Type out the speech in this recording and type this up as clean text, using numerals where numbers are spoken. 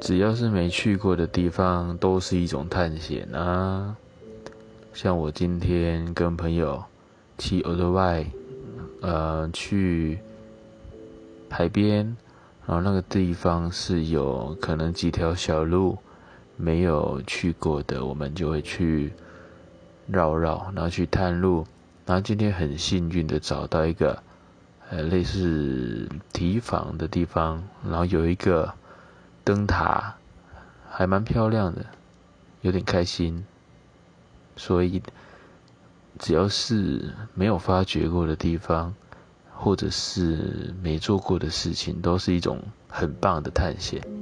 只要是没去过的地方，都是一种探险啊。像我今天跟朋友骑 Oldtimer，去海边，然后那个地方是有可能几条小路没有去过的，我们就会去绕绕，然后去探路。然后今天很幸运的找到一个类似堤防的地方，然后有一个灯塔，还蛮漂亮的，有点开心。所以只要是没有发掘过的地方，或者是没做过的事情，都是一种很棒的探险。